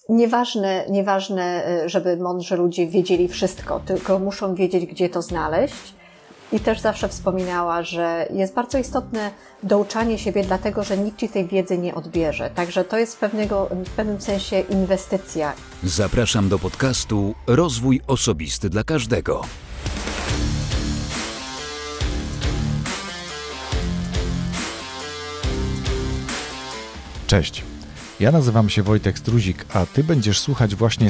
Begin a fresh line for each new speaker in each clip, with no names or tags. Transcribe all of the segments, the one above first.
Nieważne, żeby mądrzy ludzie wiedzieli wszystko, tylko muszą wiedzieć, gdzie to znaleźć. I też zawsze wspominała, że jest bardzo istotne douczanie siebie, dlatego że nikt ci tej wiedzy nie odbierze. Także to jest w pewnym sensie inwestycja.
Zapraszam do podcastu Rozwój Osobisty dla Każdego.
Cześć, ja nazywam się Wojtek Struzik, a Ty będziesz słuchać właśnie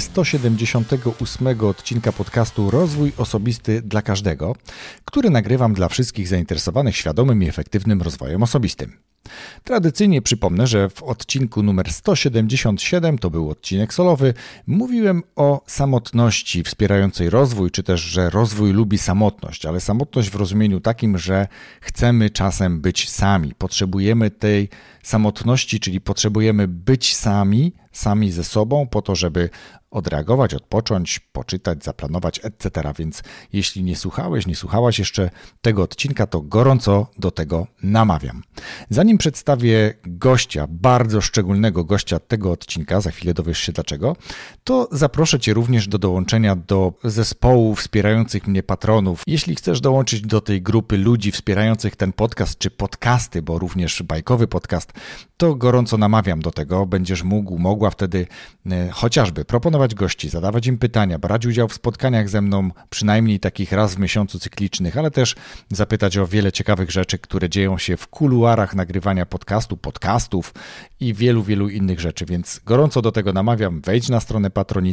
178 odcinka podcastu Rozwój Osobisty dla Każdego, który nagrywam dla wszystkich zainteresowanych świadomym i efektywnym rozwojem osobistym. Tradycyjnie przypomnę, że w odcinku numer 177, to był odcinek solowy, mówiłem o samotności wspierającej rozwój, czy też, że rozwój lubi samotność, ale samotność w rozumieniu takim, że chcemy czasem być sami. Potrzebujemy tej samotności, czyli potrzebujemy być sami ze sobą po to, żeby odreagować, odpocząć, poczytać, zaplanować, etc. Więc jeśli nie słuchałaś jeszcze tego odcinka, to gorąco do tego namawiam. Zanim przedstawię gościa, bardzo szczególnego gościa tego odcinka, za chwilę dowiesz się dlaczego, to zaproszę Cię również do dołączenia do zespołu wspierających mnie patronów. Jeśli chcesz dołączyć do tej grupy ludzi wspierających ten podcast, czy podcasty, bo również bajkowy podcast, to gorąco namawiam do tego. Będziesz mogła wtedy chociażby proponować gości, zadawać im pytania, brać udział w spotkaniach ze mną, przynajmniej takich raz w miesiącu cyklicznych, ale też zapytać o wiele ciekawych rzeczy, które dzieją się w kuluarach nagrywania podcastów i wielu innych rzeczy, więc gorąco do tego namawiam. Wejdź na stronę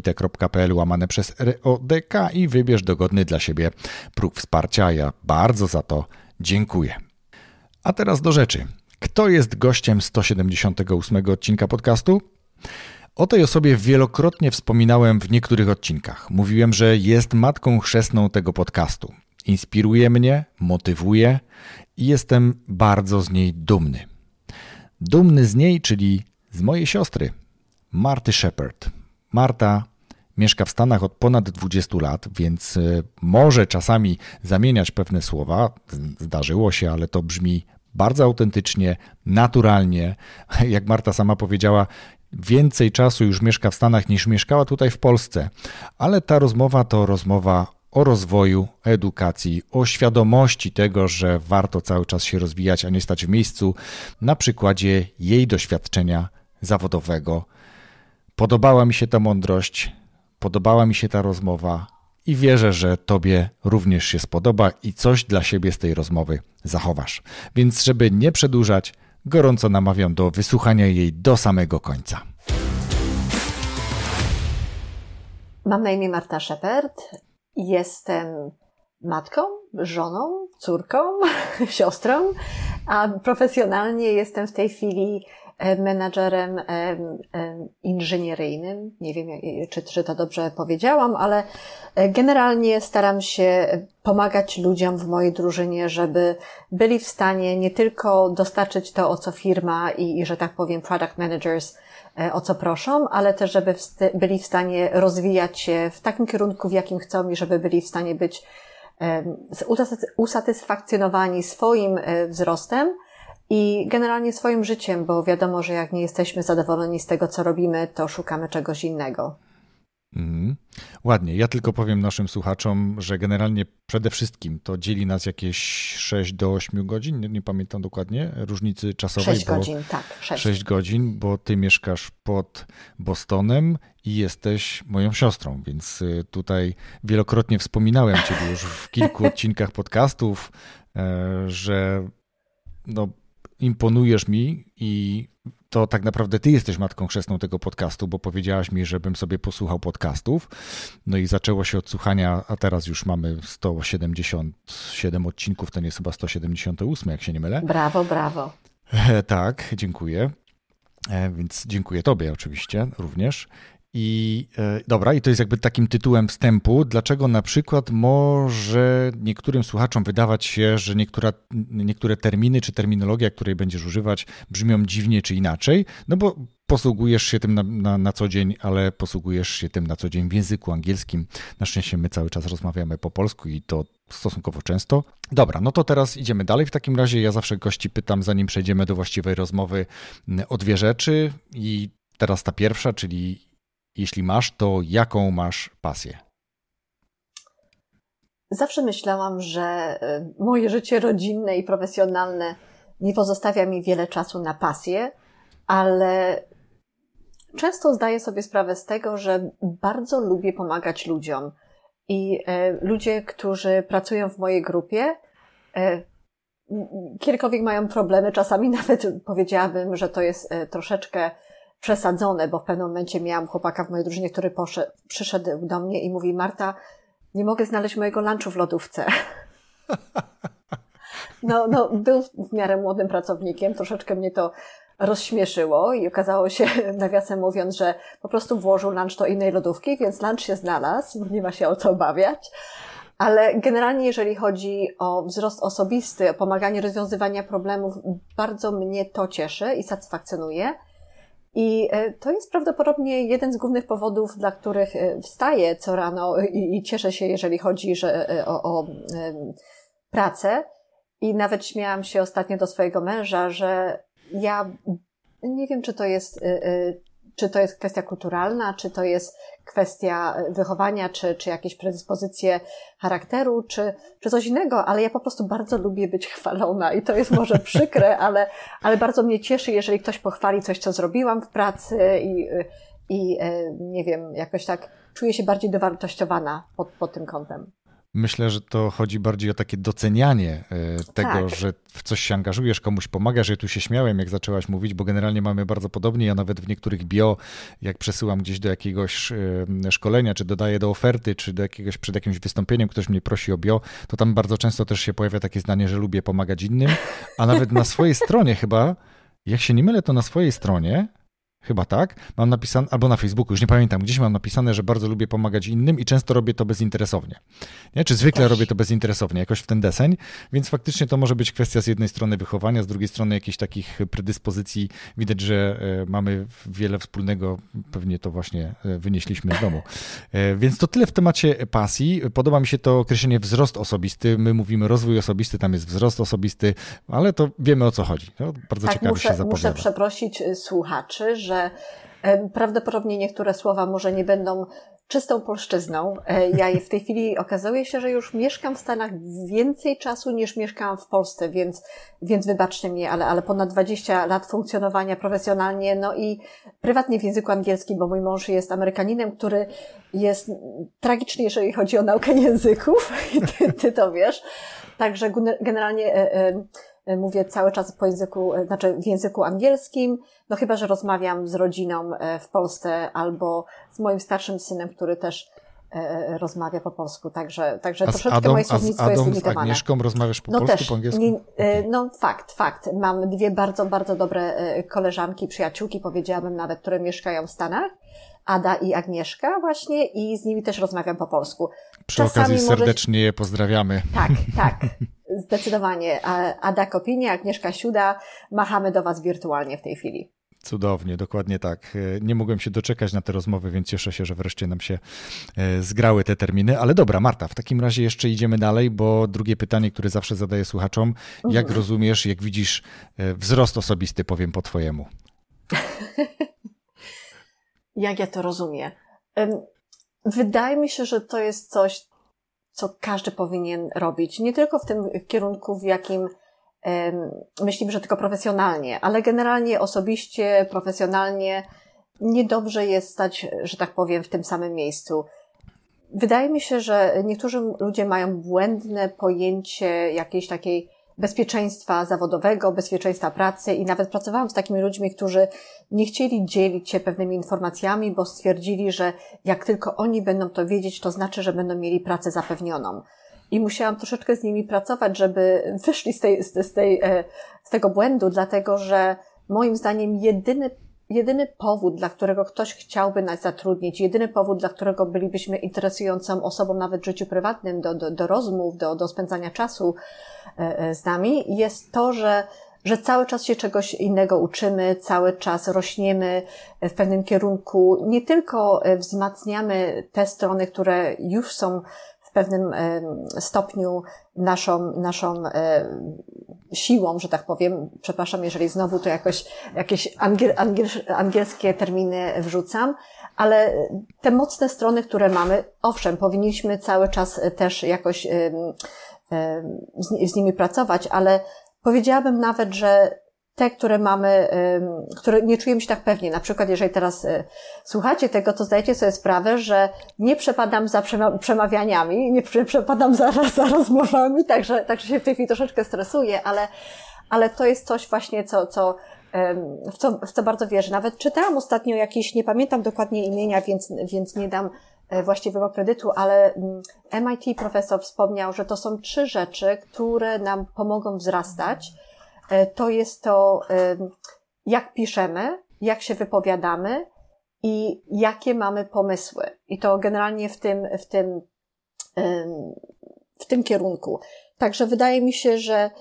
patronite.pl/RODK i wybierz dogodny dla siebie próg wsparcia. Ja bardzo za to dziękuję. A teraz do rzeczy. Kto jest gościem 178 odcinka podcastu? O tej osobie wielokrotnie wspominałem w niektórych odcinkach. Mówiłem, że jest matką chrzestną tego podcastu. Inspiruje mnie, motywuje i jestem bardzo z niej dumny. Dumny z niej, czyli z mojej siostry, Marty Shepard. Marta mieszka w Stanach od ponad 20 lat, więc może czasami zamieniać pewne słowa. Zdarzyło się, ale to brzmi bardzo autentycznie, naturalnie. Jak Marta sama powiedziała, więcej czasu już mieszka w Stanach niż mieszkała tutaj w Polsce. Ale ta rozmowa to rozmowa o rozwoju, edukacji, o świadomości tego, że warto cały czas się rozwijać, a nie stać w miejscu, na przykładzie jej doświadczenia zawodowego. Podobała mi się ta mądrość, podobała mi się ta rozmowa i wierzę, że Tobie również się spodoba i coś dla siebie z tej rozmowy zachowasz. Więc żeby nie przedłużać, gorąco namawiam do wysłuchania jej do samego końca.
Mam na imię Marta Shepard. Jestem matką, żoną, córką, siostrą, a profesjonalnie jestem w tej chwili menadżerem inżynieryjnym. Nie wiem, czy to dobrze powiedziałam, ale generalnie staram się pomagać ludziom w mojej drużynie, żeby byli w stanie nie tylko dostarczyć to, o co firma i że tak powiem product managers o co proszą, ale też żeby byli w stanie rozwijać się w takim kierunku, w jakim chcą i żeby byli w stanie być usatysfakcjonowani swoim wzrostem i generalnie swoim życiem, bo wiadomo, że jak nie jesteśmy zadowoleni z tego, co robimy, to szukamy czegoś innego.
Ładnie. Ja tylko powiem naszym słuchaczom, że generalnie przede wszystkim to dzieli nas jakieś 6 do 8 godzin, nie pamiętam dokładnie, różnicy czasowej.
6 godzin, tak.
6 godzin, bo ty mieszkasz pod Bostonem i jesteś moją siostrą, więc tutaj wielokrotnie wspominałem ciebie już w kilku odcinkach podcastów, że imponujesz mi i to tak naprawdę ty jesteś matką chrzestną tego podcastu, bo powiedziałaś mi, żebym sobie posłuchał podcastów. No i zaczęło się od słuchania, a teraz już mamy 177 odcinków, to nie jest chyba 178, jak się nie mylę.
Brawo.
Tak, dziękuję. Więc dziękuję tobie oczywiście również. I dobra, i to jest jakby takim tytułem wstępu, dlaczego na przykład może niektórym słuchaczom wydawać się, że niektóre terminy czy terminologia, której będziesz używać, brzmią dziwnie czy inaczej, no bo posługujesz się tym na co dzień, ale posługujesz się tym na co dzień w języku angielskim. Na szczęście my cały czas rozmawiamy po polsku i to stosunkowo często. Dobra, no to teraz idziemy dalej. W takim razie ja zawsze gości pytam, zanim przejdziemy do właściwej rozmowy, o dwie rzeczy i teraz ta pierwsza, czyli Jeśli masz, to jaką masz pasję?
Zawsze myślałam, że moje życie rodzinne i profesjonalne nie pozostawia mi wiele czasu na pasję, ale często zdaję sobie sprawę z tego, że bardzo lubię pomagać ludziom i ludzie, którzy pracują w mojej grupie, kiedykolwiek mają problemy, czasami nawet powiedziałabym, że to jest troszeczkę przesadzone, bo w pewnym momencie miałam chłopaka w mojej drużynie, który przyszedł do mnie i mówi: Marta, nie mogę znaleźć mojego lunchu w lodówce. No, był w miarę młodym pracownikiem, troszeczkę mnie to rozśmieszyło i okazało się, nawiasem mówiąc, że po prostu włożył lunch do innej lodówki, więc lunch się znalazł, nie ma się o co obawiać. Ale generalnie, jeżeli chodzi o wzrost osobisty, o pomaganie rozwiązywania problemów, bardzo mnie to cieszy i satysfakcjonuje. I to jest prawdopodobnie jeden z głównych powodów, dla których wstaję co rano i cieszę się, jeżeli chodzi o pracę. I nawet śmiałam się ostatnio do swojego męża, że ja nie wiem, czy to jest kwestia kulturalna, czy to jest kwestia wychowania, czy jakieś predyspozycje charakteru, czy coś innego, ale ja po prostu bardzo lubię być chwalona i to jest może przykre, ale bardzo mnie cieszy, jeżeli ktoś pochwali coś, co zrobiłam w pracy i nie wiem, jakoś tak czuję się bardziej dowartościowana pod tym kątem.
Myślę, że to chodzi bardziej o takie docenianie tego,
Tak.
że w coś się angażujesz, komuś pomagasz. Ja tu się śmiałem, jak zaczęłaś mówić, bo generalnie mamy bardzo podobnie. Ja nawet w niektórych bio, jak przesyłam gdzieś do jakiegoś szkolenia, czy dodaję do oferty, czy do jakiegoś, przed jakimś wystąpieniem ktoś mnie prosi o bio, to tam bardzo często też się pojawia takie zdanie, że lubię pomagać innym, a nawet na swojej stronie chyba, jak się nie mylę, to na swojej stronie, chyba tak, mam napisane, albo na Facebooku, już nie pamiętam, gdzieś mam napisane, że bardzo lubię pomagać innym i często robię to bezinteresownie. Nie? Czy zwykle robię to bezinteresownie, jakoś w ten deseń, więc faktycznie to może być kwestia z jednej strony wychowania, z drugiej strony jakichś takich predyspozycji. Widać, że mamy wiele wspólnego, pewnie to właśnie wynieśliśmy z domu. Więc to tyle w temacie pasji. Podoba mi się to określenie wzrost osobisty. My mówimy rozwój osobisty, tam jest wzrost osobisty, ale to wiemy, o co chodzi. To bardzo ciekawie się zapowiada.
Muszę przeprosić słuchaczy, że prawdopodobnie niektóre słowa może nie będą czystą polszczyzną. Ja w tej chwili okazuje się, że już mieszkam w Stanach więcej czasu niż mieszkałam w Polsce, więc wybaczcie mnie, ale ponad 20 lat funkcjonowania profesjonalnie, no i prywatnie w języku angielskim, bo mój mąż jest Amerykaninem, który jest tragiczny, jeżeli chodzi o naukę języków i ty to wiesz. Także generalnie mówię cały czas w języku angielskim, no chyba że rozmawiam z rodziną w Polsce albo z moim starszym synem, który też rozmawia po polsku, także troszeczkę moje słownictwo jest limitowane.
Z Agnieszką rozmawiasz po polsku, po angielsku?
No fakt. Mam dwie bardzo, bardzo dobre koleżanki, przyjaciółki, powiedziałabym nawet, które mieszkają w Stanach. Ada i Agnieszka właśnie i z nimi też rozmawiam po polsku.
Przy okazji serdecznie je pozdrawiamy.
Tak. Zdecydowanie. Ada Kopinie, Agnieszka Siuda, machamy do Was wirtualnie w tej chwili.
Cudownie, dokładnie tak. Nie mogłem się doczekać na te rozmowy, więc cieszę się, że wreszcie nam się zgrały te terminy. Ale dobra, Marta, w takim razie jeszcze idziemy dalej, bo drugie pytanie, które zawsze zadaję słuchaczom, jak rozumiesz, jak widzisz wzrost osobisty, powiem po twojemu?
Jak ja to rozumiem? Wydaje mi się, że to jest coś, co każdy powinien robić. Nie tylko w tym kierunku, w jakim myślimy, że tylko profesjonalnie, ale generalnie osobiście, profesjonalnie niedobrze jest stać, że tak powiem, w tym samym miejscu. Wydaje mi się, że niektórzy ludzie mają błędne pojęcie jakiejś takiej bezpieczeństwa zawodowego, bezpieczeństwa pracy i nawet pracowałam z takimi ludźmi, którzy nie chcieli dzielić się pewnymi informacjami, bo stwierdzili, że jak tylko oni będą to wiedzieć, to znaczy, że będą mieli pracę zapewnioną. I musiałam troszeczkę z nimi pracować, żeby wyszli z tego błędu, dlatego że moim zdaniem jedyny powód, dla którego ktoś chciałby nas zatrudnić, jedyny powód, dla którego bylibyśmy interesującą osobą nawet w życiu prywatnym, do rozmów, do spędzania czasu z nami, jest to, że cały czas się czegoś innego uczymy, cały czas rośniemy w pewnym kierunku, nie tylko wzmacniamy te strony, które już są w pewnym stopniu naszą siłą, że tak powiem. Przepraszam, jeżeli znowu to jakieś angielskie terminy wrzucam, ale te mocne strony, które mamy, owszem, powinniśmy cały czas też jakoś z nimi pracować, ale powiedziałabym nawet, że te, które mamy, które nie czujemy się tak pewnie. Na przykład, jeżeli teraz słuchacie tego, to zdajecie sobie sprawę, że nie przepadam za przemawianiami, nie przepadam za rozmowami, także się w tej chwili troszeczkę stresuję, ale to jest coś właśnie, w co bardzo wierzę. Nawet czytałam ostatnio jakiś, nie pamiętam dokładnie imienia, więc nie dam właściwego kredytu, ale MIT profesor wspomniał, że to są 3 rzeczy, które nam pomogą wzrastać. To jest to, jak piszemy, jak się wypowiadamy i jakie mamy pomysły. I to generalnie w tym kierunku. Także wydaje mi się, że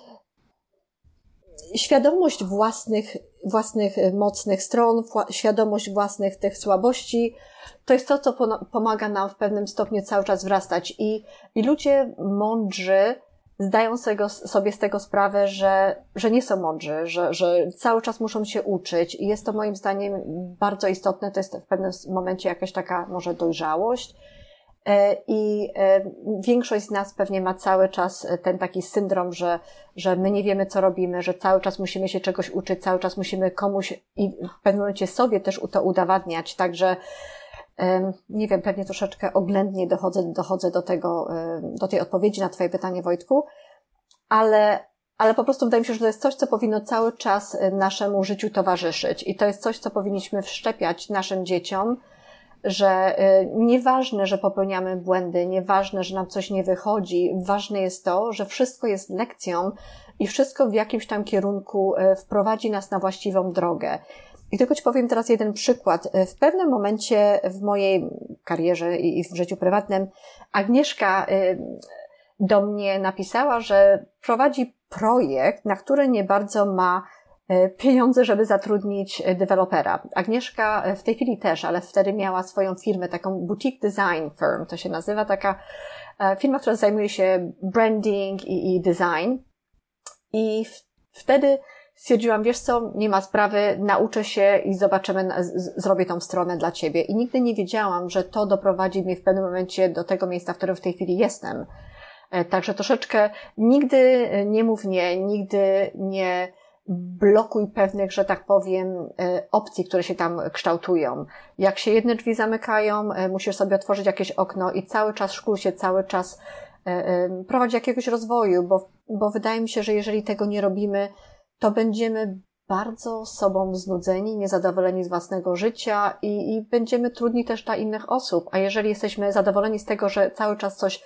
świadomość własnych mocnych stron, świadomość własnych tych słabości, to jest to, co pomaga nam w pewnym stopniu cały czas wzrastać. I ludzie mądrzy zdają sobie z tego sprawę, że nie są mądrzy, że cały czas muszą się uczyć i jest to moim zdaniem bardzo istotne, to jest w pewnym momencie jakaś taka może dojrzałość i większość z nas pewnie ma cały czas ten taki syndrom, że my nie wiemy, co robimy, że cały czas musimy się czegoś uczyć, cały czas musimy komuś i w pewnym momencie sobie też to udowadniać, także nie wiem, pewnie troszeczkę oględnie dochodzę do tej odpowiedzi na Twoje pytanie, Wojtku, ale po prostu wydaje mi się, że to jest coś, co powinno cały czas naszemu życiu towarzyszyć i to jest coś, co powinniśmy wszczepiać naszym dzieciom, że nieważne, że popełniamy błędy, nieważne, że nam coś nie wychodzi, ważne jest to, że wszystko jest lekcją i wszystko w jakimś tam kierunku wprowadzi nas na właściwą drogę. I tylko Ci powiem teraz jeden przykład. W pewnym momencie w mojej karierze i w życiu prywatnym Agnieszka do mnie napisała, że prowadzi projekt, na który nie bardzo ma pieniądze, żeby zatrudnić dewelopera. Agnieszka w tej chwili też, ale wtedy miała swoją firmę, taką boutique design firm, to się nazywa, taka firma, która zajmuje się branding i design. I wtedy stwierdziłam, wiesz co, nie ma sprawy, nauczę się i zobaczymy, zrobię tą stronę dla Ciebie. I nigdy nie wiedziałam, że to doprowadzi mnie w pewnym momencie do tego miejsca, w którym w tej chwili jestem. Także troszeczkę nigdy nie mów nie, nigdy nie blokuj pewnych, że tak powiem, opcji, które się tam kształtują. Jak się jedne drzwi zamykają, musisz sobie otworzyć jakieś okno i cały czas szkól się, cały czas prowadź jakiegoś rozwoju, bo wydaje mi się, że jeżeli tego nie robimy, to będziemy bardzo sobą znudzeni, niezadowoleni z własnego życia i będziemy trudni też dla innych osób. A jeżeli jesteśmy zadowoleni z tego, że cały czas coś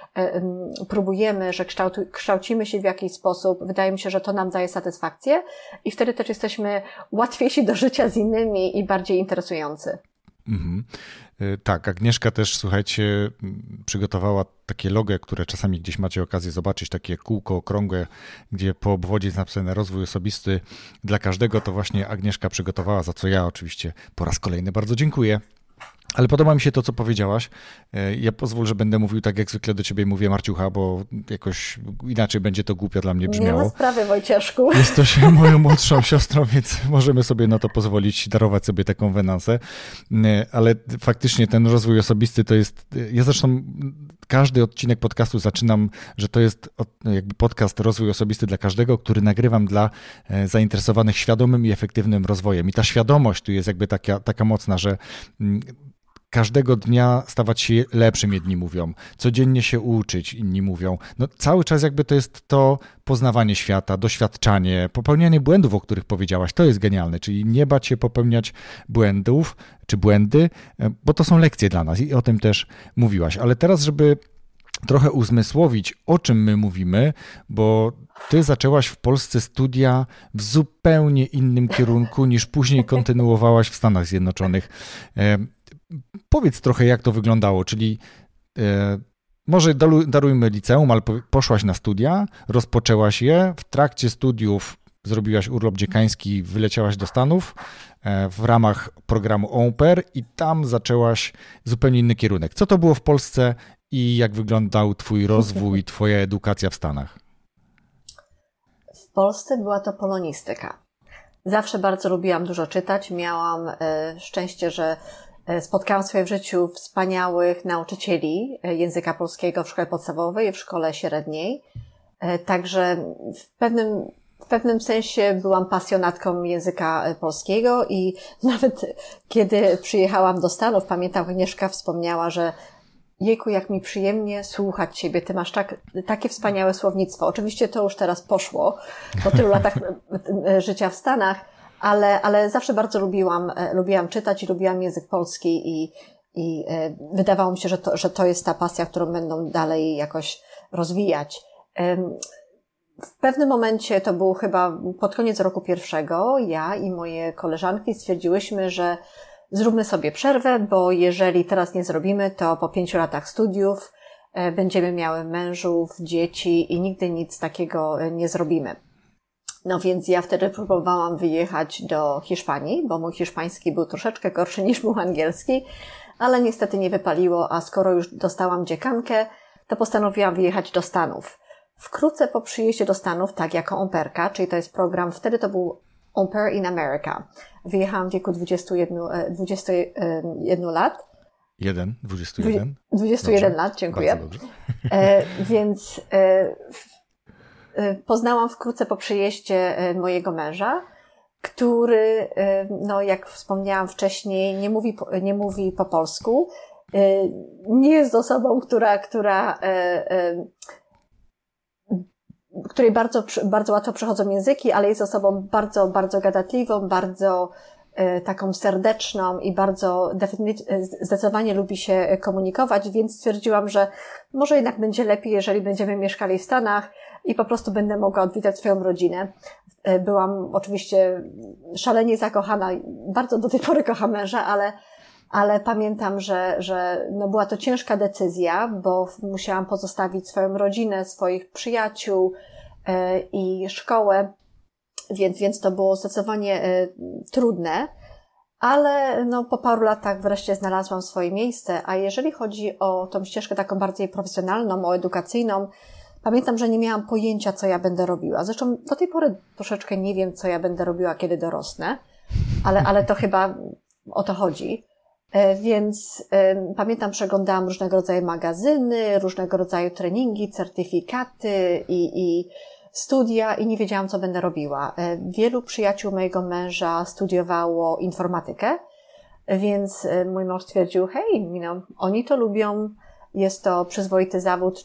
próbujemy, że kształcimy się w jakiś sposób, wydaje mi się, że to nam daje satysfakcję i wtedy też jesteśmy łatwiejsi do życia z innymi i bardziej interesujący.
Mhm. Tak, Agnieszka też, słuchajcie, przygotowała takie logo, które czasami gdzieś macie okazję zobaczyć, takie kółko okrągłe, gdzie po obwodzie jest napisane rozwój osobisty dla każdego. To właśnie Agnieszka przygotowała, za co ja oczywiście po raz kolejny bardzo dziękuję. Ale podoba mi się to, co powiedziałaś. Ja pozwól, że będę mówił tak, jak zwykle do ciebie mówię, Marciucha, bo jakoś inaczej będzie to głupio dla mnie brzmiało.
Nie ma sprawy, Wojcieszku.
Jesteś moją młodszą siostrą, więc możemy sobie na to pozwolić, darować sobie tę konwenansę. Ale faktycznie ten rozwój osobisty to jest... Ja zresztą każdy odcinek podcastu zaczynam, że to jest jakby podcast Rozwój Osobisty dla każdego, który nagrywam dla zainteresowanych świadomym i efektywnym rozwojem. I ta świadomość tu jest jakby taka mocna, że każdego dnia stawać się lepszym, jedni mówią, codziennie się uczyć, inni mówią. No, cały czas jakby to jest to poznawanie świata, doświadczanie, popełnianie błędów, o których powiedziałaś, to jest genialne, czyli nie bać się popełniać błędów czy błędy, bo to są lekcje dla nas i o tym też mówiłaś. Ale teraz, żeby trochę uzmysłowić, o czym my mówimy, bo ty zaczęłaś w Polsce studia w zupełnie innym kierunku niż później kontynuowałaś w Stanach Zjednoczonych. Powiedz trochę, jak to wyglądało, czyli może darujmy liceum, ale poszłaś na studia, rozpoczęłaś je, w trakcie studiów zrobiłaś urlop dziekański, wyleciałaś do Stanów w ramach programu Au Pair i tam zaczęłaś zupełnie inny kierunek. Co to było w Polsce i jak wyglądał twój rozwój, twoja edukacja w Stanach?
W Polsce była to polonistyka. Zawsze bardzo lubiłam dużo czytać, miałam szczęście, że Spotkałam w swoim życiu wspaniałych nauczycieli języka polskiego w szkole podstawowej i w szkole średniej. Także w pewnym sensie byłam pasjonatką języka polskiego i nawet kiedy przyjechałam do Stanów, pamiętam, Agnieszka wspomniała, że jejku, jak mi przyjemnie słuchać Ciebie, Ty masz takie wspaniałe słownictwo. Oczywiście to już teraz poszło po tylu latach życia w Stanach, ale zawsze bardzo lubiłam czytać i lubiłam język polski i wydawało mi się, że to jest ta pasja, którą będą dalej jakoś rozwijać. W pewnym momencie, to był chyba pod koniec roku pierwszego, ja i moje koleżanki stwierdziłyśmy, że zróbmy sobie przerwę, bo jeżeli teraz nie zrobimy, to po 5 latach studiów będziemy miały mężów, dzieci i nigdy nic takiego nie zrobimy. No więc ja wtedy próbowałam wyjechać do Hiszpanii, bo mój hiszpański był troszeczkę gorszy niż mój angielski, ale niestety nie wypaliło, a skoro już dostałam dziekankę, to postanowiłam wyjechać do Stanów. Wkrótce po przyjeździe do Stanów, tak jako au pairka, czyli to jest program, wtedy to był Au Pair in America. Wyjechałam w wieku 21 lat.
21?
21 lat, dziękuję. Więc poznałam wkrótce po przyjeździe mojego męża, który, no jak wspomniałam wcześniej, nie mówi po polsku. Nie jest osobą, której bardzo łatwo przychodzą języki, ale jest osobą bardzo, bardzo gadatliwą, bardzo taką serdeczną i bardzo zdecydowanie lubi się komunikować, więc stwierdziłam, że może jednak będzie lepiej, jeżeli będziemy mieszkali w Stanach i po prostu będę mogła odwiedzać swoją rodzinę. Byłam oczywiście szalenie zakochana, bardzo do tej pory kocham męża, ale pamiętam, że no była to ciężka decyzja, bo musiałam pozostawić swoją rodzinę, swoich przyjaciół i szkołę, więc to było zdecydowanie trudne, ale no po paru latach wreszcie znalazłam swoje miejsce, a jeżeli chodzi o tą ścieżkę taką bardziej profesjonalną, o edukacyjną, pamiętam, że nie miałam pojęcia, co ja będę robiła. Zresztą do tej pory troszeczkę nie wiem, co ja będę robiła, kiedy dorosnę, ale to chyba o to chodzi. Więc pamiętam, przeglądałam różnego rodzaju magazyny, różnego rodzaju treningi, certyfikaty i studia i nie wiedziałam, co będę robiła. Wielu przyjaciół mojego męża studiowało informatykę, więc mój mąż stwierdził, hej, oni to lubią, jest to przyzwoity zawód,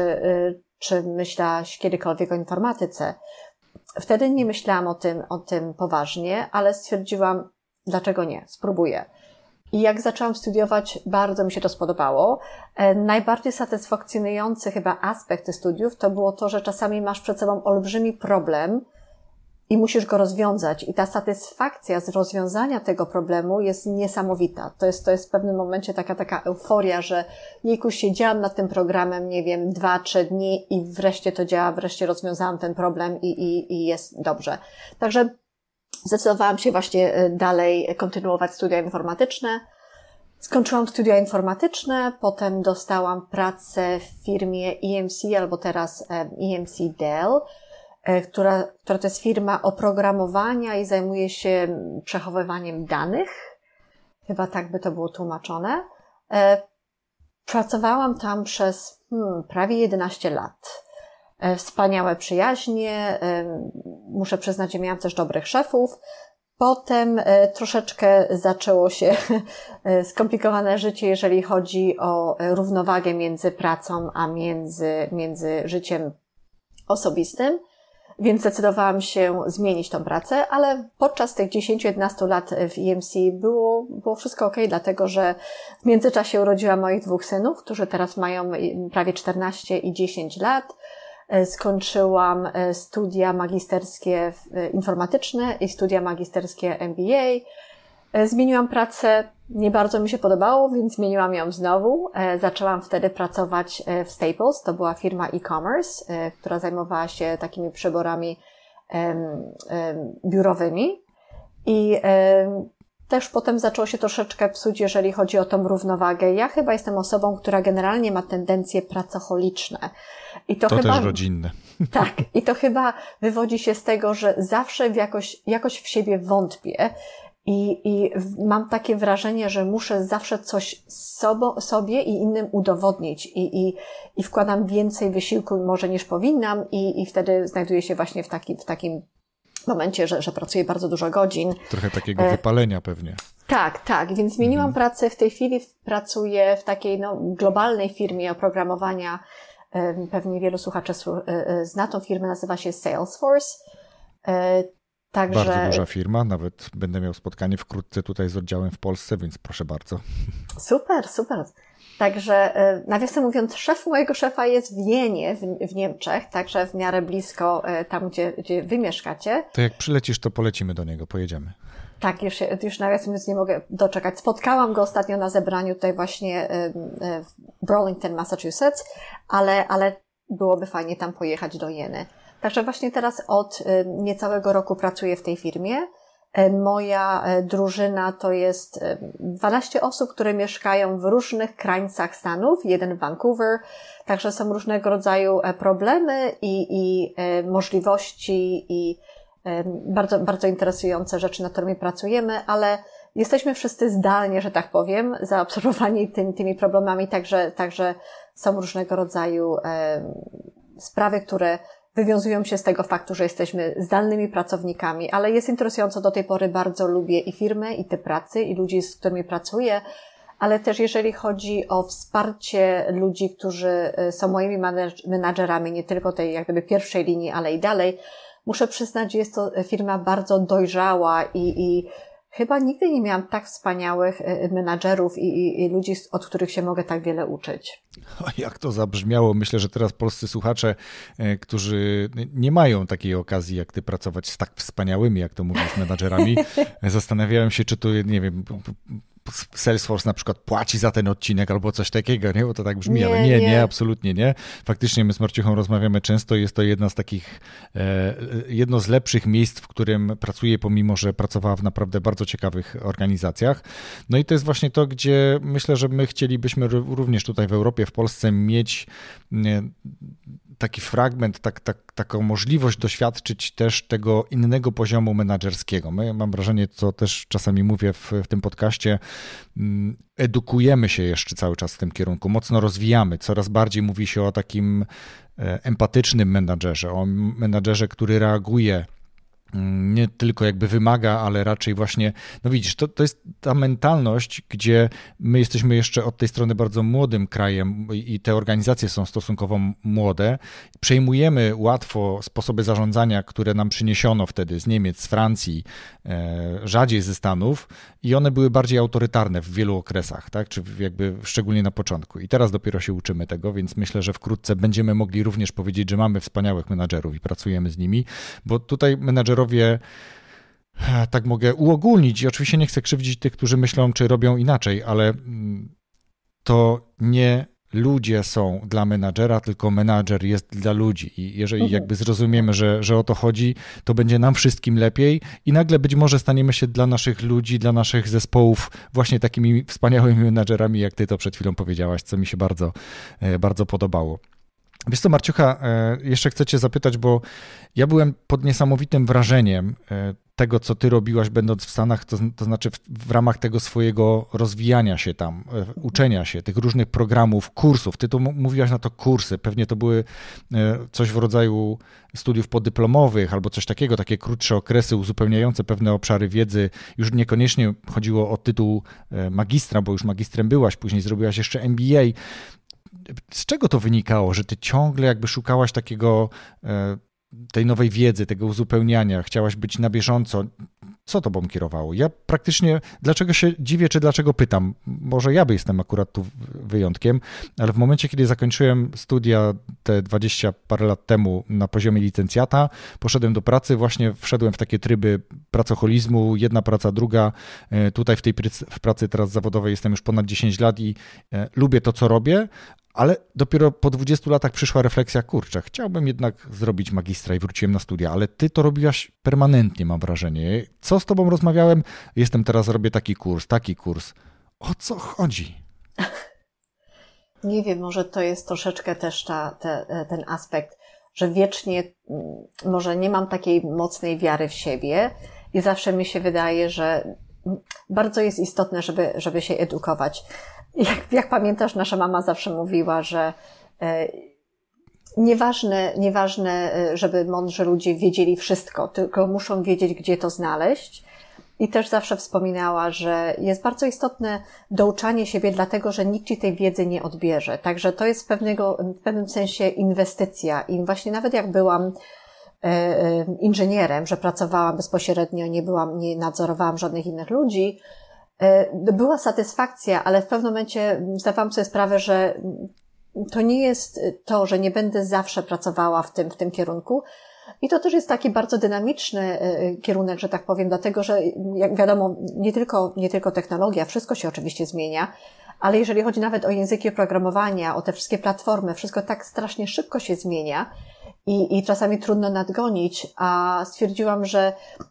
czy myślałaś kiedykolwiek o informatyce? Wtedy nie myślałam o tym poważnie, ale stwierdziłam, dlaczego nie, spróbuję. I jak zaczęłam studiować, bardzo mi się to spodobało. Najbardziej satysfakcjonujący chyba aspekt tych studiów to było to, że czasami masz przed sobą olbrzymi problem i musisz go rozwiązać. I ta satysfakcja z rozwiązania tego problemu jest niesamowita. To jest w pewnym momencie taka euforia, że jejku, siedziałam nad tym programem, nie wiem, 2-3 dni i wreszcie to działa, wreszcie rozwiązałam ten problem i jest dobrze. Także zdecydowałam się właśnie dalej kontynuować studia informatyczne. Skończyłam studia informatyczne, potem dostałam pracę w firmie EMC, albo teraz EMC Dell, która to jest firma oprogramowania i zajmuje się przechowywaniem danych. Chyba tak by to było tłumaczone. Pracowałam tam przez prawie 11 lat. Wspaniałe przyjaźnie, muszę przyznać, że miałam też dobrych szefów. Potem troszeczkę zaczęło się skomplikowane życie, jeżeli chodzi o równowagę między pracą, a między życiem osobistym, więc zdecydowałam się zmienić tą pracę, ale podczas tych 10-11 lat w EMC było wszystko okej, dlatego że w międzyczasie urodziłam moich 2 synów, którzy teraz mają prawie 14 i 10 lat. Skończyłam studia magisterskie informatyczne i studia magisterskie MBA. Zmieniłam pracę, nie bardzo mi się podobało, więc zmieniłam ją znowu. Zaczęłam wtedy pracować w Staples, to była firma e-commerce, która zajmowała się takimi przeborami biurowymi i też potem zaczęło się troszeczkę psuć, jeżeli chodzi o tą równowagę. Ja chyba jestem osobą, która generalnie ma tendencje pracocholiczne. I to chyba
też rodzinne.
Tak, i to chyba wywodzi się z tego, że zawsze jakoś w siebie wątpię I mam takie wrażenie, że muszę zawsze coś sobie i innym udowodnić i wkładam więcej wysiłku może niż powinnam i wtedy znajduję się właśnie w takim momencie, że pracuję bardzo dużo godzin.
Trochę takiego wypalenia pewnie.
Tak, więc zmieniłam pracę. W tej chwili pracuję w takiej globalnej firmie oprogramowania. Pewnie wielu słuchaczy zna tą firmę, nazywa się Salesforce. Także...
Bardzo duża firma, nawet będę miał spotkanie wkrótce tutaj z oddziałem w Polsce, więc proszę bardzo.
Super. Także nawiasem mówiąc, szef mojego szefa jest w Jenie, w Niemczech, także w miarę blisko tam, gdzie wy mieszkacie.
To jak przylecisz, to polecimy do niego, pojedziemy.
Tak, już nawiasem mówiąc nie mogę doczekać. Spotkałam go ostatnio na zebraniu tutaj właśnie w Burlington, Massachusetts, ale byłoby fajnie tam pojechać do Jeny. Także właśnie teraz od niecałego roku pracuję w tej firmie. Moja drużyna to jest 12 osób, które mieszkają w różnych krańcach Stanów, jeden w Vancouver, także są różnego rodzaju problemy i możliwości i bardzo, bardzo interesujące rzeczy, nad którymi pracujemy, ale jesteśmy wszyscy zdalnie, że tak powiem, zaabsorbowani tymi problemami, także są różnego rodzaju sprawy, które wywiązują się z tego faktu, że jesteśmy zdalnymi pracownikami, ale jest interesująco, do tej pory bardzo lubię i firmę, i te pracy, i ludzi, z którymi pracuję, ale też jeżeli chodzi o wsparcie ludzi, którzy są moimi menadżerami, nie tylko tej jak gdyby pierwszej linii, ale i dalej, muszę przyznać, że jest to firma bardzo dojrzała i chyba nigdy nie miałam tak wspaniałych menadżerów i ludzi, od których się mogę tak wiele uczyć.
Jak to zabrzmiało. Myślę, że teraz polscy słuchacze, którzy nie mają takiej okazji jak ty pracować z tak wspaniałymi, jak to mówisz, menadżerami, zastanawiają się, czy to, nie wiem, Salesforce na przykład płaci za ten odcinek albo coś takiego, nie? Bo to tak brzmi, ale nie, absolutnie nie. Faktycznie my z Marciuchą rozmawiamy często, jest to jedno z lepszych miejsc, w którym pracuję, pomimo że pracowała w naprawdę bardzo ciekawych organizacjach. No i to jest właśnie to, gdzie myślę, że my chcielibyśmy również tutaj w Europie, w Polsce mieć taki fragment, taką możliwość doświadczyć też tego innego poziomu menadżerskiego. My, mam wrażenie, co też czasami mówię w tym podcaście, edukujemy się jeszcze cały czas w tym kierunku, mocno rozwijamy, coraz bardziej mówi się o takim empatycznym menadżerze, o menadżerze, który reaguje, nie tylko jakby wymaga, ale raczej właśnie, no widzisz, to jest ta mentalność, gdzie my jesteśmy jeszcze od tej strony bardzo młodym krajem i te organizacje są stosunkowo młode. Przejmujemy łatwo sposoby zarządzania, które nam przyniesiono wtedy z Niemiec, z Francji, rzadziej ze Stanów i one były bardziej autorytarne w wielu okresach, tak? Czy jakby szczególnie na początku. I teraz dopiero się uczymy tego, więc myślę, że wkrótce będziemy mogli również powiedzieć, że mamy wspaniałych menadżerów i pracujemy z nimi, bo tutaj menadżerowie, tak mogę uogólnić i oczywiście nie chcę krzywdzić tych, którzy myślą, czy robią inaczej, ale to nie ludzie są dla menadżera, tylko menadżer jest dla ludzi i jeżeli jakby zrozumiemy, że o to chodzi, to będzie nam wszystkim lepiej i nagle być może staniemy się dla naszych ludzi, dla naszych zespołów właśnie takimi wspaniałymi menadżerami, jak ty to przed chwilą powiedziałaś, co mi się bardzo, bardzo podobało. Wiesz co, Marciucha, jeszcze chcę cię zapytać, bo ja byłem pod niesamowitym wrażeniem tego, co ty robiłaś będąc w Stanach, to znaczy w ramach tego swojego rozwijania się tam, uczenia się, tych różnych programów, kursów. Ty tu mówiłaś na to kursy, pewnie to były coś w rodzaju studiów podyplomowych albo coś takiego, takie krótsze okresy uzupełniające pewne obszary wiedzy. Już niekoniecznie chodziło o tytuł magistra, bo już magistrem byłaś, później zrobiłaś jeszcze MBA. Z czego to wynikało, że ty ciągle jakby szukałaś tej nowej wiedzy, tego uzupełniania, chciałaś być na bieżąco? Co tobą kierowało? Ja praktycznie, dlaczego się dziwię, czy dlaczego pytam? Może ja jestem akurat tu wyjątkiem, ale w momencie, kiedy zakończyłem studia te 20 parę lat temu na poziomie licencjata, poszedłem do pracy, właśnie wszedłem w takie tryby pracoholizmu, jedna praca, druga. Tutaj w pracy teraz zawodowej jestem już ponad 10 lat i lubię to, co robię, ale dopiero po 20 latach przyszła refleksja, kurczę, chciałbym jednak zrobić magistra i wróciłem na studia, ale ty to robiłaś permanentnie, mam wrażenie. Co z tobą rozmawiałem? Robię taki kurs. O co chodzi?
Nie wiem, może to jest troszeczkę też ten aspekt, że wiecznie może nie mam takiej mocnej wiary w siebie i zawsze mi się wydaje, że bardzo jest istotne, żeby się edukować. Jak pamiętasz, nasza mama zawsze mówiła, że nieważne, żeby mądrzy ludzie wiedzieli wszystko, tylko muszą wiedzieć, gdzie to znaleźć. I też zawsze wspominała, że jest bardzo istotne douczanie siebie, dlatego że nikt ci tej wiedzy nie odbierze. Także to jest w pewnym sensie inwestycja. I właśnie nawet jak byłam inżynierem, że pracowałam bezpośrednio, nie nadzorowałam żadnych innych ludzi, była satysfakcja, ale w pewnym momencie zdawałam sobie sprawę, że to nie jest to, że nie będę zawsze pracowała w tym kierunku. I to też jest taki bardzo dynamiczny kierunek, że tak powiem, dlatego że jak wiadomo, nie tylko technologia, wszystko się oczywiście zmienia, ale jeżeli chodzi nawet o języki oprogramowania, o te wszystkie platformy, wszystko tak strasznie szybko się zmienia i czasami trudno nadgonić, a stwierdziłam, że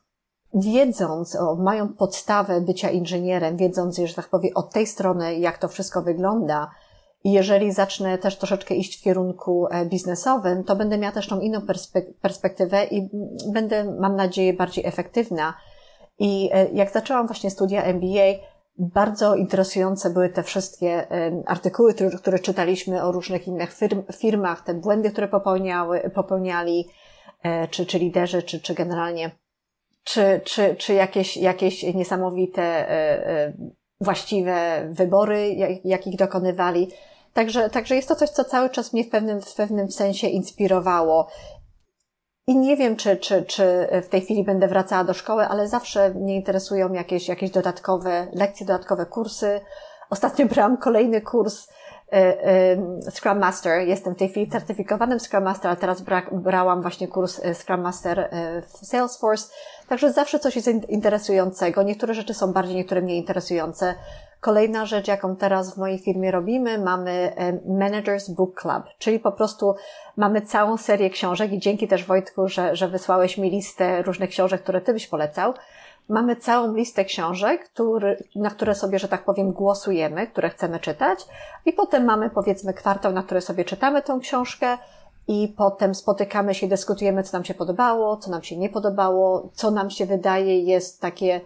mają podstawę bycia inżynierem, wiedząc, że tak powiem, od tej strony, jak to wszystko wygląda, i jeżeli zacznę też troszeczkę iść w kierunku biznesowym, to będę miała też tą inną perspektywę i będę, mam nadzieję, bardziej efektywna. I jak zaczęłam właśnie studia MBA, bardzo interesujące były te wszystkie artykuły, które czytaliśmy o różnych innych firmach, te błędy, które popełniali, czy liderzy, czy generalnie, czy jakieś niesamowite, właściwe wybory, jakich dokonywali. Także jest to coś, co cały czas mnie w pewnym sensie inspirowało. I nie wiem, czy w tej chwili będę wracała do szkoły, ale zawsze mnie interesują jakieś dodatkowe lekcje, dodatkowe kursy. Ostatnio brałam kolejny kurs Scrum Master. Jestem w tej chwili certyfikowanym Scrum Master, ale teraz brałam właśnie kurs Scrum Master w Salesforce. Także zawsze coś jest interesującego. Niektóre rzeczy są bardziej, niektóre mniej interesujące. Kolejna rzecz, jaką teraz w mojej firmie robimy, mamy Managers Book Club, czyli po prostu mamy całą serię książek i dzięki też Wojtku, że wysłałeś mi listę różnych książek, które ty byś polecał. Mamy całą listę książek, na które sobie, że tak powiem, głosujemy, które chcemy czytać i potem mamy, powiedzmy, kwartał, na który sobie czytamy tą książkę i potem spotykamy się, dyskutujemy, co nam się podobało, co nam się nie podobało, co nam się wydaje jest takie,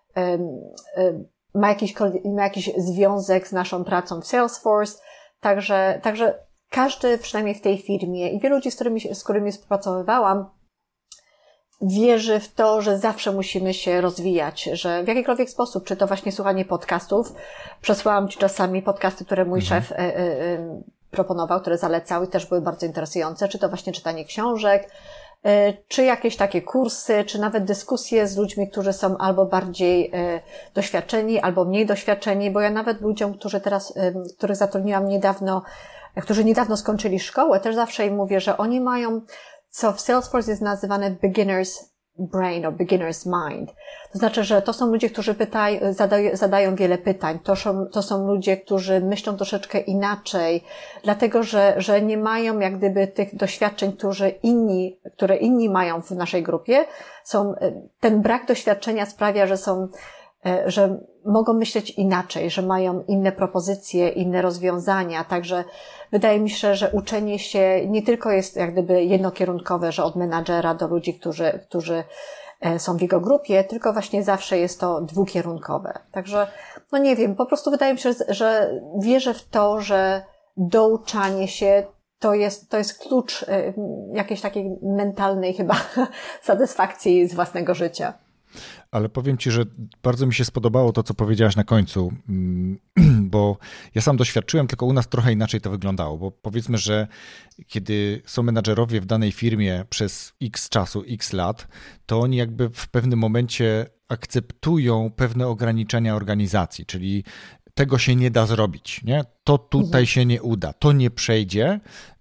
ma jakiś związek z naszą pracą w Salesforce. Także każdy, przynajmniej w tej firmie i wielu ludzi, z którymi współpracowywałam, wierzy w to, że zawsze musimy się rozwijać, że w jakikolwiek sposób, czy to właśnie słuchanie podcastów, przesłałam Ci czasami podcasty, które mój szef proponował, które zalecał i też były bardzo interesujące, czy to właśnie czytanie książek, czy jakieś takie kursy, czy nawet dyskusje z ludźmi, którzy są albo bardziej doświadczeni, albo mniej doświadczeni, bo ja nawet ludziom, których zatrudniłam niedawno, którzy niedawno skończyli szkołę, też zawsze im mówię, że oni mają, co w Salesforce jest nazywane beginner's brain or beginner's mind. To znaczy, że to są ludzie, którzy zadają wiele pytań. To są ludzie, którzy myślą troszeczkę inaczej, dlatego, że nie mają jak gdyby tych doświadczeń, które inni mają w naszej grupie. Ten brak doświadczenia sprawia, że mogą myśleć inaczej, że mają inne propozycje, inne rozwiązania. Także wydaje mi się, że uczenie się nie tylko jest jak gdyby jednokierunkowe, że od menadżera do ludzi, którzy są w jego grupie, tylko właśnie zawsze jest to dwukierunkowe. Także, no nie wiem, po prostu wydaje mi się, że wierzę w to, że douczanie się to jest klucz jakiejś takiej mentalnej chyba satysfakcji z własnego życia.
Ale powiem Ci, że bardzo mi się spodobało to, co powiedziałaś na końcu, bo ja sam doświadczyłem, tylko u nas trochę inaczej to wyglądało, bo powiedzmy, że kiedy są menadżerowie w danej firmie przez x czasu, x lat, to oni jakby w pewnym momencie akceptują pewne ograniczenia organizacji, czyli tego się nie da zrobić, nie? To tutaj się nie uda, to nie przejdzie,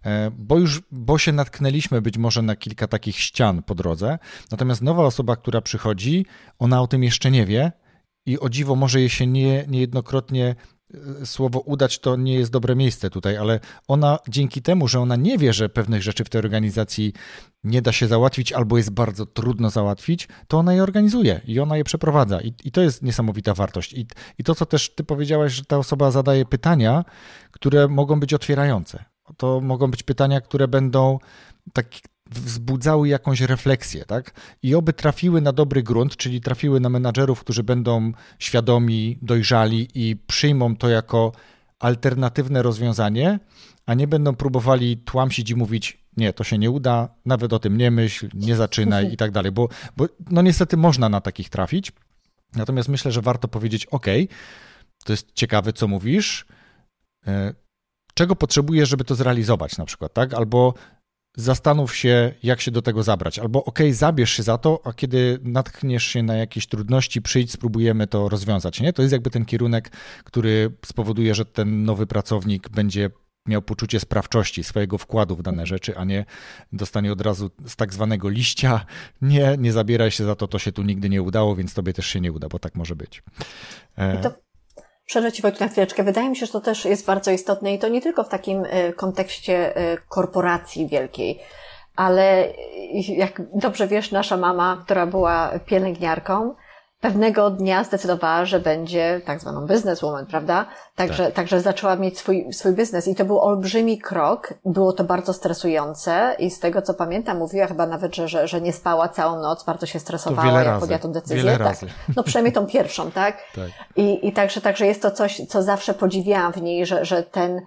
bo się natknęliśmy być może na kilka takich ścian po drodze, natomiast nowa osoba, która przychodzi, ona o tym jeszcze nie wie i o dziwo może jej się niejednokrotnie słowo udać, to nie jest dobre miejsce tutaj, ale ona dzięki temu, że ona nie wie, że pewnych rzeczy w tej organizacji nie da się załatwić albo jest bardzo trudno załatwić, to ona je organizuje i ona je przeprowadza i to jest niesamowita wartość. I to, co też ty powiedziałaś, że ta osoba zadaje pytania, które mogą być otwierające. To mogą być pytania, które będą wzbudzały jakąś refleksję, tak? I oby trafiły na dobry grunt, czyli trafiły na menadżerów, którzy będą świadomi, dojrzali i przyjmą to jako alternatywne rozwiązanie, a nie będą próbowali tłamsić i mówić, nie, to się nie uda, nawet o tym nie myśl, nie zaczynaj i tak dalej, bo no niestety można na takich trafić. Natomiast myślę, że warto powiedzieć, ok, to jest ciekawe, co mówisz, czego potrzebujesz, żeby to zrealizować na przykład, tak? Albo zastanów się, jak się do tego zabrać, albo zabierz się za to, a kiedy natkniesz się na jakieś trudności, przyjdź, spróbujemy to rozwiązać, nie? To jest jakby ten kierunek, który spowoduje, że ten nowy pracownik będzie miał poczucie sprawczości swojego wkładu w dane rzeczy, a nie dostanie od razu z tak zwanego liścia, nie zabieraj się za to, to się tu nigdy nie udało, więc tobie też się nie uda, bo tak może być.
Przerwę Ci, Wojtku, na chwileczkę. Wydaje mi się, że to też jest bardzo istotne i to nie tylko w takim kontekście korporacji wielkiej, ale jak dobrze wiesz, nasza mama, która była pielęgniarką, pewnego dnia zdecydowała, że będzie tak zwaną businesswoman, prawda? Także zaczęła mieć swój biznes i to był olbrzymi krok. Było to bardzo stresujące i z tego, co pamiętam, mówiła chyba nawet, że nie spała całą noc, bardzo się stresowała, jak podjęła tą decyzję.
Wiele
tak.
razy.
No przynajmniej tą pierwszą, tak?
Tak.
I także jest to coś, co zawsze podziwiałam w niej, że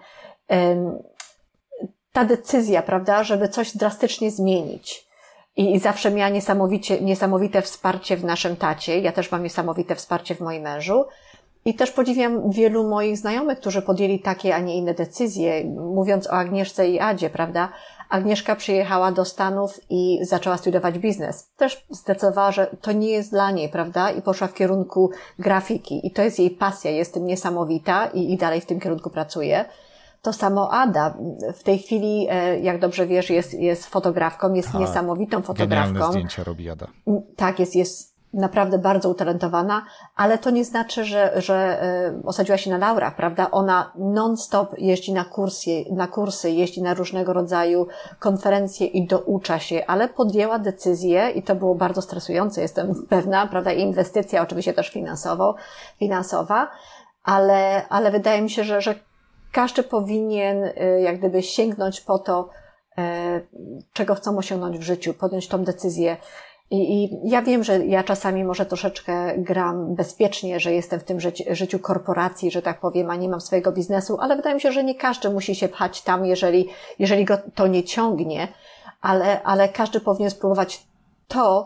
ta decyzja, prawda, żeby coś drastycznie zmienić. I zawsze miała niesamowite wsparcie w naszym tacie. Ja też mam niesamowite wsparcie w moim mężu. I też podziwiam wielu moich znajomych, którzy podjęli takie, a nie inne decyzje. Mówiąc o Agnieszce i Adzie, prawda? Agnieszka przyjechała do Stanów i zaczęła studiować biznes. Też zdecydowała, że to nie jest dla niej, prawda? I poszła w kierunku grafiki. I to jest jej pasja, jest tym niesamowita i dalej w tym kierunku pracuje. To samo Ada. W tej chwili, jak dobrze wiesz, jest fotografką, jest niesamowitą fotografką.
Genialne zdjęcia robi Ada. Tak,
jest naprawdę bardzo utalentowana, ale to nie znaczy, że osadziła się na laurach, prawda? Ona non-stop jeździ na kursy, jeździ na różnego rodzaju konferencje i doucza się, ale podjęła decyzję i to było bardzo stresujące, jestem pewna, prawda? I inwestycja oczywiście też finansowa, ale wydaje mi się, że każdy powinien jak gdyby sięgnąć po to, czego chcą osiągnąć w życiu, podjąć tą decyzję. I ja wiem, że ja czasami może troszeczkę gram bezpiecznie, że jestem w tym życiu korporacji, że tak powiem, a nie mam swojego biznesu, ale wydaje mi się, że nie każdy musi się pchać tam, jeżeli go to nie ciągnie, ale każdy powinien spróbować to,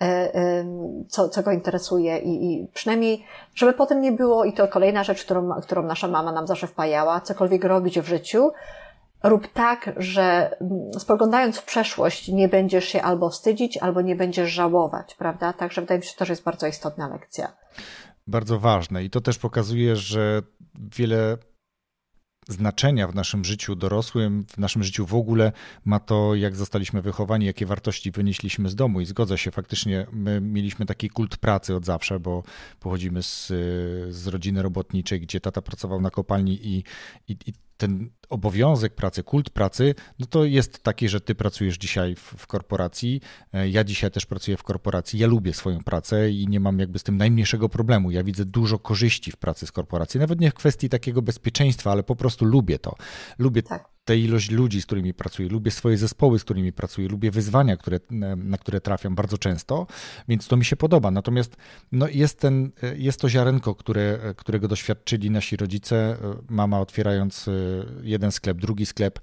co go interesuje i przynajmniej, żeby potem nie było, i to kolejna rzecz, którą nasza mama nam zawsze wpajała, cokolwiek robić w życiu, rób tak, że spoglądając w przeszłość nie będziesz się albo wstydzić, albo nie będziesz żałować, prawda? Także wydaje mi się, że to też jest bardzo istotna lekcja.
Bardzo ważne i to też pokazuje, że wiele znaczenia w naszym życiu dorosłym, w naszym życiu w ogóle ma to, jak zostaliśmy wychowani, jakie wartości wynieśliśmy z domu. I zgodzę się, faktycznie my mieliśmy taki kult pracy od zawsze, bo pochodzimy z rodziny robotniczej, gdzie tata pracował na kopalni i ten obowiązek pracy, kult pracy, no to jest taki, że ty pracujesz dzisiaj w korporacji, ja dzisiaj też pracuję w korporacji, ja lubię swoją pracę i nie mam jakby z tym najmniejszego problemu. Ja widzę dużo korzyści w pracy z korporacji, nawet nie w kwestii takiego bezpieczeństwa, ale po prostu lubię to. Lubię tę ilość ludzi, z którymi pracuję, lubię swoje zespoły, z którymi pracuję, lubię wyzwania, na które trafiam bardzo często, więc to mi się podoba. Natomiast no, jest to ziarenko, którego doświadczyli nasi rodzice, mama otwierając jeden sklep, drugi sklep,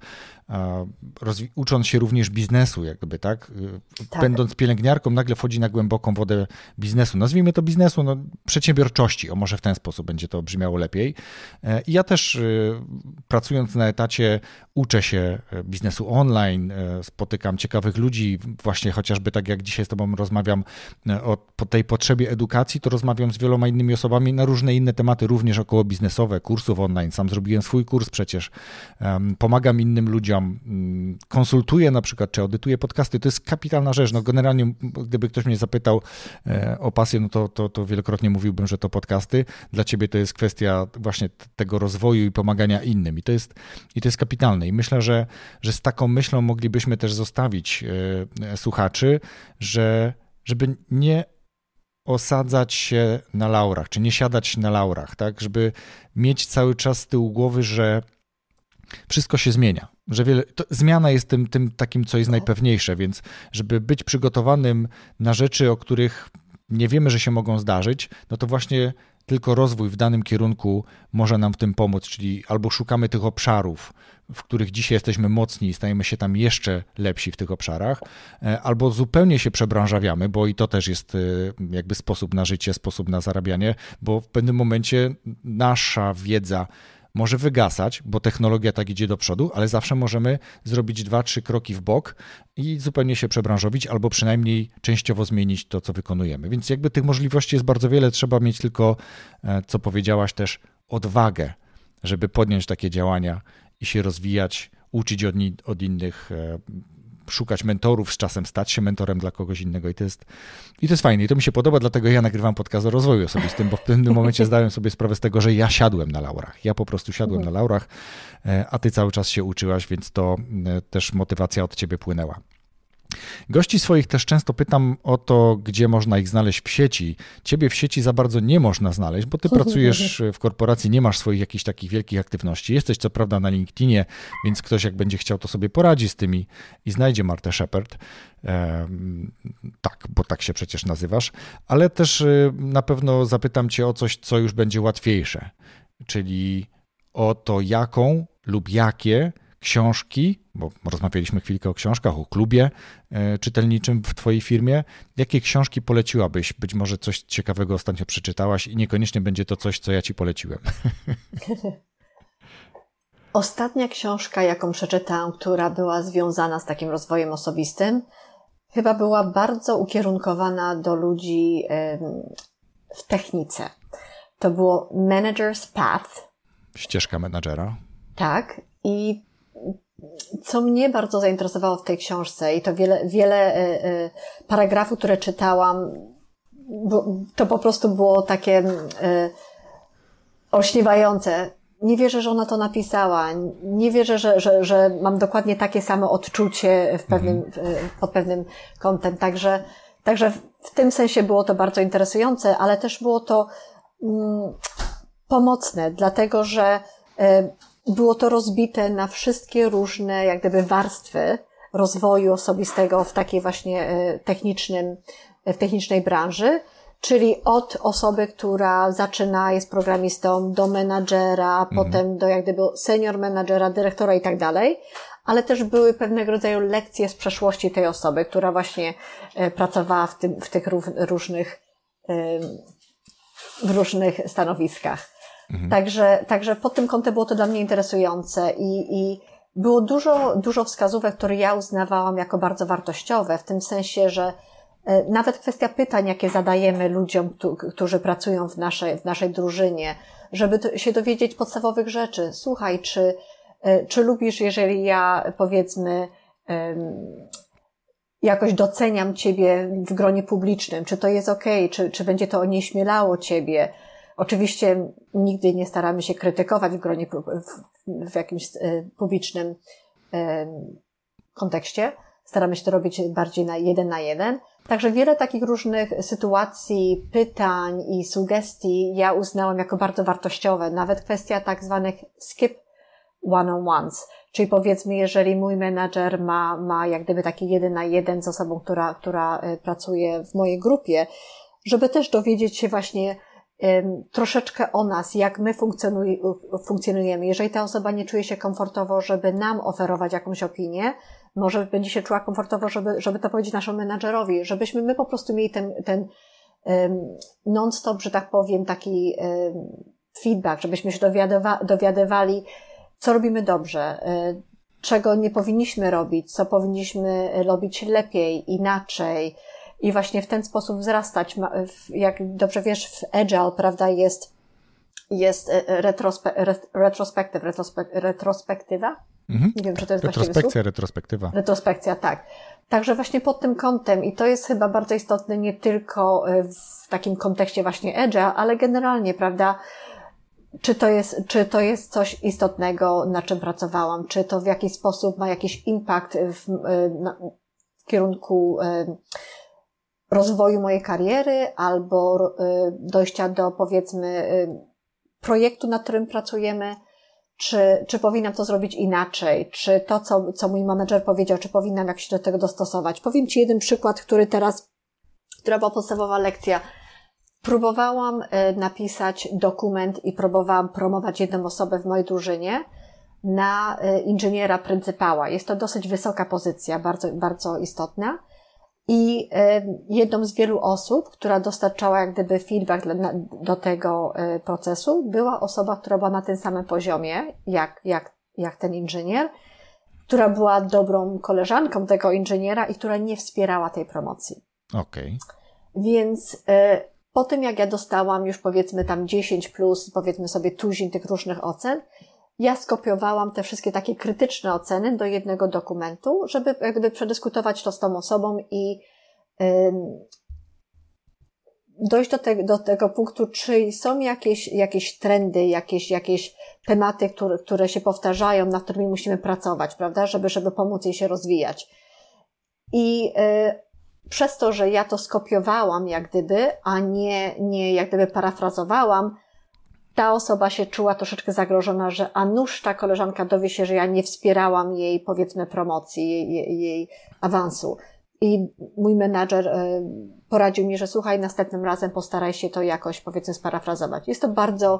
ucząc się również biznesu, jakby, tak? Będąc pielęgniarką, nagle wchodzi na głęboką wodę biznesu. Nazwijmy to biznesu, no, przedsiębiorczości, o może w ten sposób będzie to brzmiało lepiej. I ja też pracując na etacie uczę się biznesu online, spotykam ciekawych ludzi, właśnie chociażby tak jak dzisiaj z tobą rozmawiam o tej potrzebie edukacji, to rozmawiam z wieloma innymi osobami na różne inne tematy, również około biznesowe, kursów online. Sam zrobiłem swój kurs przecież, pomagam innym ludziom, konsultuję na przykład, czy audytuję podcasty. To jest kapitalna rzecz. No generalnie, gdyby ktoś mnie zapytał o pasję, no to wielokrotnie mówiłbym, że to podcasty. Dla ciebie to jest kwestia właśnie tego rozwoju i pomagania innym. I to jest kapitalne. I myślę, że z taką myślą moglibyśmy też zostawić słuchaczy, żeby nie osadzać się na laurach, czy nie siadać na laurach, tak? Żeby mieć cały czas z tyłu głowy, że wszystko się zmienia. że zmiana jest tym takim, co jest najpewniejsze, więc żeby być przygotowanym na rzeczy, o których nie wiemy, że się mogą zdarzyć, no to właśnie tylko rozwój w danym kierunku może nam w tym pomóc, czyli albo szukamy tych obszarów, w których dzisiaj jesteśmy mocni i stajemy się tam jeszcze lepsi w tych obszarach, albo zupełnie się przebranżawiamy, bo i to też jest jakby sposób na życie, sposób na zarabianie, bo w pewnym momencie nasza wiedza może wygasać, bo technologia tak idzie do przodu, ale zawsze możemy zrobić 2-3 kroki w bok i zupełnie się przebranżowić, albo przynajmniej częściowo zmienić to, co wykonujemy. Więc jakby tych możliwości jest bardzo wiele, trzeba mieć tylko, co powiedziałaś też, odwagę, żeby podjąć takie działania i się rozwijać, uczyć od innych, szukać mentorów, z czasem stać się mentorem dla kogoś innego i to jest fajne. I to mi się podoba, dlatego ja nagrywam podcast o rozwoju osobistym, bo w pewnym momencie zdałem sobie sprawę z tego, że ja siadłem na laurach. Ja po prostu siadłem na laurach, a ty cały czas się uczyłaś, więc to też motywacja od ciebie płynęła. Gości swoich też często pytam o to, gdzie można ich znaleźć w sieci. Ciebie w sieci za bardzo nie można znaleźć, bo ty pracujesz w korporacji, nie masz swoich jakichś takich wielkich aktywności. Jesteś co prawda na LinkedInie, więc ktoś jak będzie chciał, to sobie poradzi z tymi i znajdzie Martę Shepherd. Tak, bo tak się przecież nazywasz, ale też na pewno zapytam cię o coś, co już będzie łatwiejsze, czyli o to, jaką lub jakie książki, bo rozmawialiśmy chwilkę o książkach, o klubie czytelniczym w twojej firmie. Jakie książki poleciłabyś? Być może coś ciekawego ostatnio przeczytałaś i niekoniecznie będzie to coś, co ja ci poleciłem.
Ostatnia książka, jaką przeczytałam, która była związana z takim rozwojem osobistym, chyba była bardzo ukierunkowana do ludzi w technice. To było Manager's Path.
Ścieżka menadżera.
Tak. I co mnie bardzo zainteresowało w tej książce i to wiele paragrafów, które czytałam, to po prostu było takie olśniewające. Nie wierzę, że ona to napisała. Nie wierzę, że mam dokładnie takie samo odczucie pod pewnym kątem. Także w tym sensie było to bardzo interesujące, ale też było to pomocne, dlatego że było to rozbite na wszystkie różne, jak gdyby, warstwy rozwoju osobistego w takiej właśnie w technicznej branży, czyli od osoby, która zaczyna, jest programistą, do menadżera, potem do jak gdyby senior menadżera, dyrektora i tak dalej, ale też były pewnego rodzaju lekcje z przeszłości tej osoby, która właśnie pracowała w tych różnych stanowiskach. Także pod tym kątem było to dla mnie interesujące i było dużo wskazówek, które ja uznawałam jako bardzo wartościowe, w tym sensie, że nawet kwestia pytań, jakie zadajemy ludziom, którzy pracują w naszej drużynie, żeby się dowiedzieć podstawowych rzeczy. Słuchaj, czy lubisz, jeżeli ja, powiedzmy, jakoś doceniam ciebie w gronie publicznym, czy to jest okej, czy będzie to onieśmielało ciebie. Oczywiście nigdy nie staramy się krytykować w gronie, w jakimś publicznym kontekście. Staramy się to robić bardziej na 1 na 1. Także wiele takich różnych sytuacji, pytań i sugestii ja uznałam jako bardzo wartościowe. Nawet kwestia tak zwanych skip one-on-ones. Czyli powiedzmy, jeżeli mój menadżer ma jak gdyby taki 1 na 1 z osobą, która pracuje w mojej grupie, żeby też dowiedzieć się właśnie troszeczkę o nas, jak my funkcjonujemy. Jeżeli ta osoba nie czuje się komfortowo, żeby nam oferować jakąś opinię, może będzie się czuła komfortowo, żeby to powiedzieć naszemu menadżerowi, żebyśmy my po prostu mieli ten non-stop, że tak powiem, taki feedback, żebyśmy się dowiadywali, co robimy dobrze, czego nie powinniśmy robić, co powinniśmy robić lepiej, inaczej i właśnie w ten sposób wzrastać. Jak dobrze wiesz, w Agile, prawda, jest retrospektywa? Nie wiem, czy to jest właściwy słów.
Retrospektywa.
Retrospekcja, tak. Także właśnie pod tym kątem i to jest chyba bardzo istotne nie tylko w takim kontekście właśnie Agile, ale generalnie, prawda, czy to jest coś istotnego, na czym pracowałam, czy to w jakiś sposób ma jakiś impact w kierunku rozwoju mojej kariery albo dojścia do, powiedzmy, projektu, nad którym pracujemy, czy powinnam to zrobić inaczej, czy to, co mój menedżer powiedział, czy powinnam jak się do tego dostosować. Powiem Ci jeden przykład, która była podstawowa lekcja. Próbowałam napisać dokument i próbowałam promować jedną osobę w mojej drużynie na inżyniera pryncypała. Jest to dosyć wysoka pozycja, bardzo, bardzo istotna. I jedną z wielu osób, która dostarczała jak gdyby feedback do tego procesu, była osoba, która była na tym samym poziomie, jak ten inżynier, która była dobrą koleżanką tego inżyniera i która nie wspierała tej promocji.
Okej.
Więc po tym, jak ja dostałam już powiedzmy tam 10 plus, powiedzmy sobie tuzin tych różnych ocen, ja skopiowałam te wszystkie takie krytyczne oceny do jednego dokumentu, żeby jak gdyby przedyskutować to z tą osobą i dojść do tego punktu, czy są jakieś trendy, jakieś tematy, które się powtarzają, nad którymi musimy pracować, prawda, żeby pomóc jej się rozwijać. I przez to, że ja to skopiowałam jak gdyby, a nie jak gdyby parafrazowałam, ta osoba się czuła troszeczkę zagrożona, że a nuż ta koleżanka dowie się, że ja nie wspierałam jej, powiedzmy, promocji, jej awansu. I mój menadżer poradził mi, że słuchaj, następnym razem postaraj się to jakoś, powiedzmy, sparafrazować. Jest to bardzo,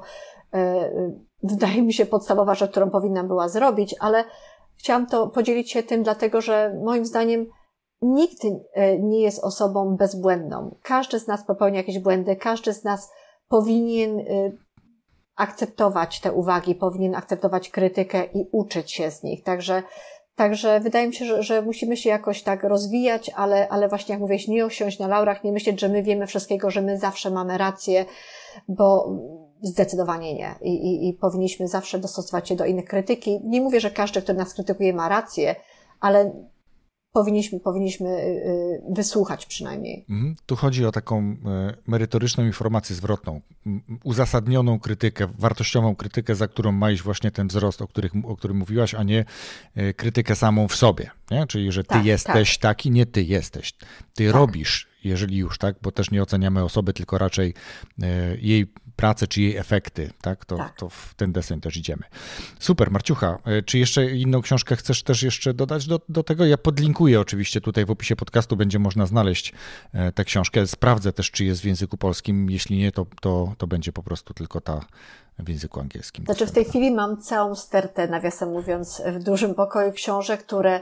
wydaje mi się, podstawowa rzecz, którą powinnam była zrobić, ale chciałam to podzielić się tym, dlatego że moim zdaniem nikt nie jest osobą bezbłędną. Każdy z nas popełnia jakieś błędy, każdy z nas powinien akceptować te uwagi, powinien akceptować krytykę i uczyć się z nich. Także wydaje mi się, że musimy się jakoś tak rozwijać, ale właśnie jak mówiłeś, nie osiąść na laurach, nie myśleć, że my wiemy wszystkiego, że my zawsze mamy rację, bo zdecydowanie nie. I powinniśmy zawsze dostosować się do innych krytyki. Nie mówię, że każdy, kto nas krytykuje, ma rację, ale powinniśmy wysłuchać przynajmniej.
Tu chodzi o taką merytoryczną informację zwrotną, uzasadnioną krytykę, wartościową krytykę, za którą ma iść właśnie ten wzrost, o którym mówiłaś, a nie krytykę samą w sobie. Nie? Czyli, że ty jesteś taki, nie ty jesteś. Ty robisz, jeżeli już, tak? Bo też nie oceniamy osoby, tylko raczej jej pracę czy jej efekty, tak? To w ten deseń też idziemy. Super, Marciucha, czy jeszcze inną książkę chcesz też jeszcze dodać do tego? Ja podlinkuję oczywiście tutaj w opisie podcastu, będzie można znaleźć tę książkę. Sprawdzę też, czy jest w języku polskim. Jeśli nie, to będzie po prostu tylko ta w języku angielskim.
Znaczy w tej chwili mam całą stertę, nawiasem mówiąc, w dużym pokoju książek, które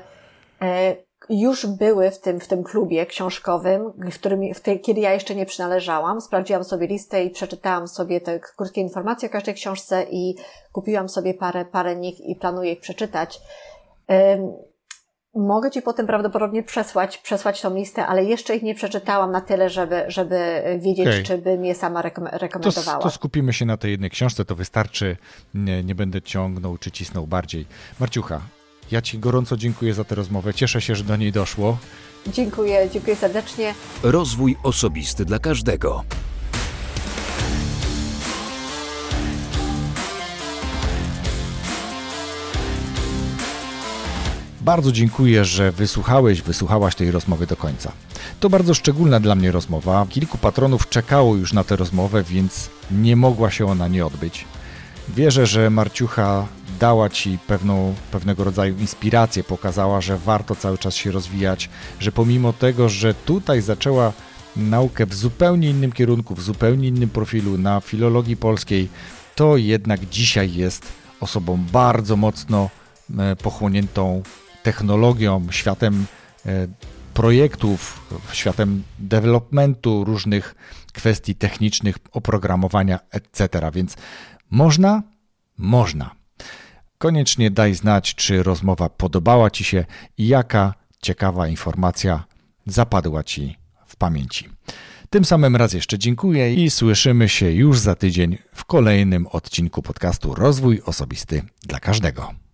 już były w tym klubie książkowym, kiedy ja jeszcze nie przynależałam. Sprawdziłam sobie listę i przeczytałam sobie te krótkie informacje o każdej książce i kupiłam sobie parę nich i planuję ich przeczytać. Mogę Ci potem prawdopodobnie przesłać tą listę, ale jeszcze ich nie przeczytałam na tyle, żeby wiedzieć, czy bym je sama rekomendowała.
To skupimy się na tej jednej książce, to wystarczy. Nie będę ciągnął czy cisnął bardziej. Marciucha, ja Ci gorąco dziękuję za tę rozmowę. Cieszę się, że do niej doszło.
Dziękuję serdecznie.
Rozwój osobisty dla każdego.
Bardzo dziękuję, że wysłuchałaś tej rozmowy do końca. To bardzo szczególna dla mnie rozmowa. Kilku patronów czekało już na tę rozmowę, więc nie mogła się ona nie odbyć. Wierzę, że Marciucha dała Ci pewnego rodzaju inspirację, pokazała, że warto cały czas się rozwijać, że pomimo tego, że tutaj zaczęła naukę w zupełnie innym kierunku, w zupełnie innym profilu, na filologii polskiej, to jednak dzisiaj jest osobą bardzo mocno pochłoniętą technologią, światem projektów, światem developmentu, różnych kwestii technicznych, oprogramowania, etc. Więc można. Koniecznie daj znać, czy rozmowa podobała Ci się i jaka ciekawa informacja zapadła Ci w pamięci. Tym samym raz jeszcze dziękuję i słyszymy się już za tydzień w kolejnym odcinku podcastu Rozwój Osobisty dla Każdego.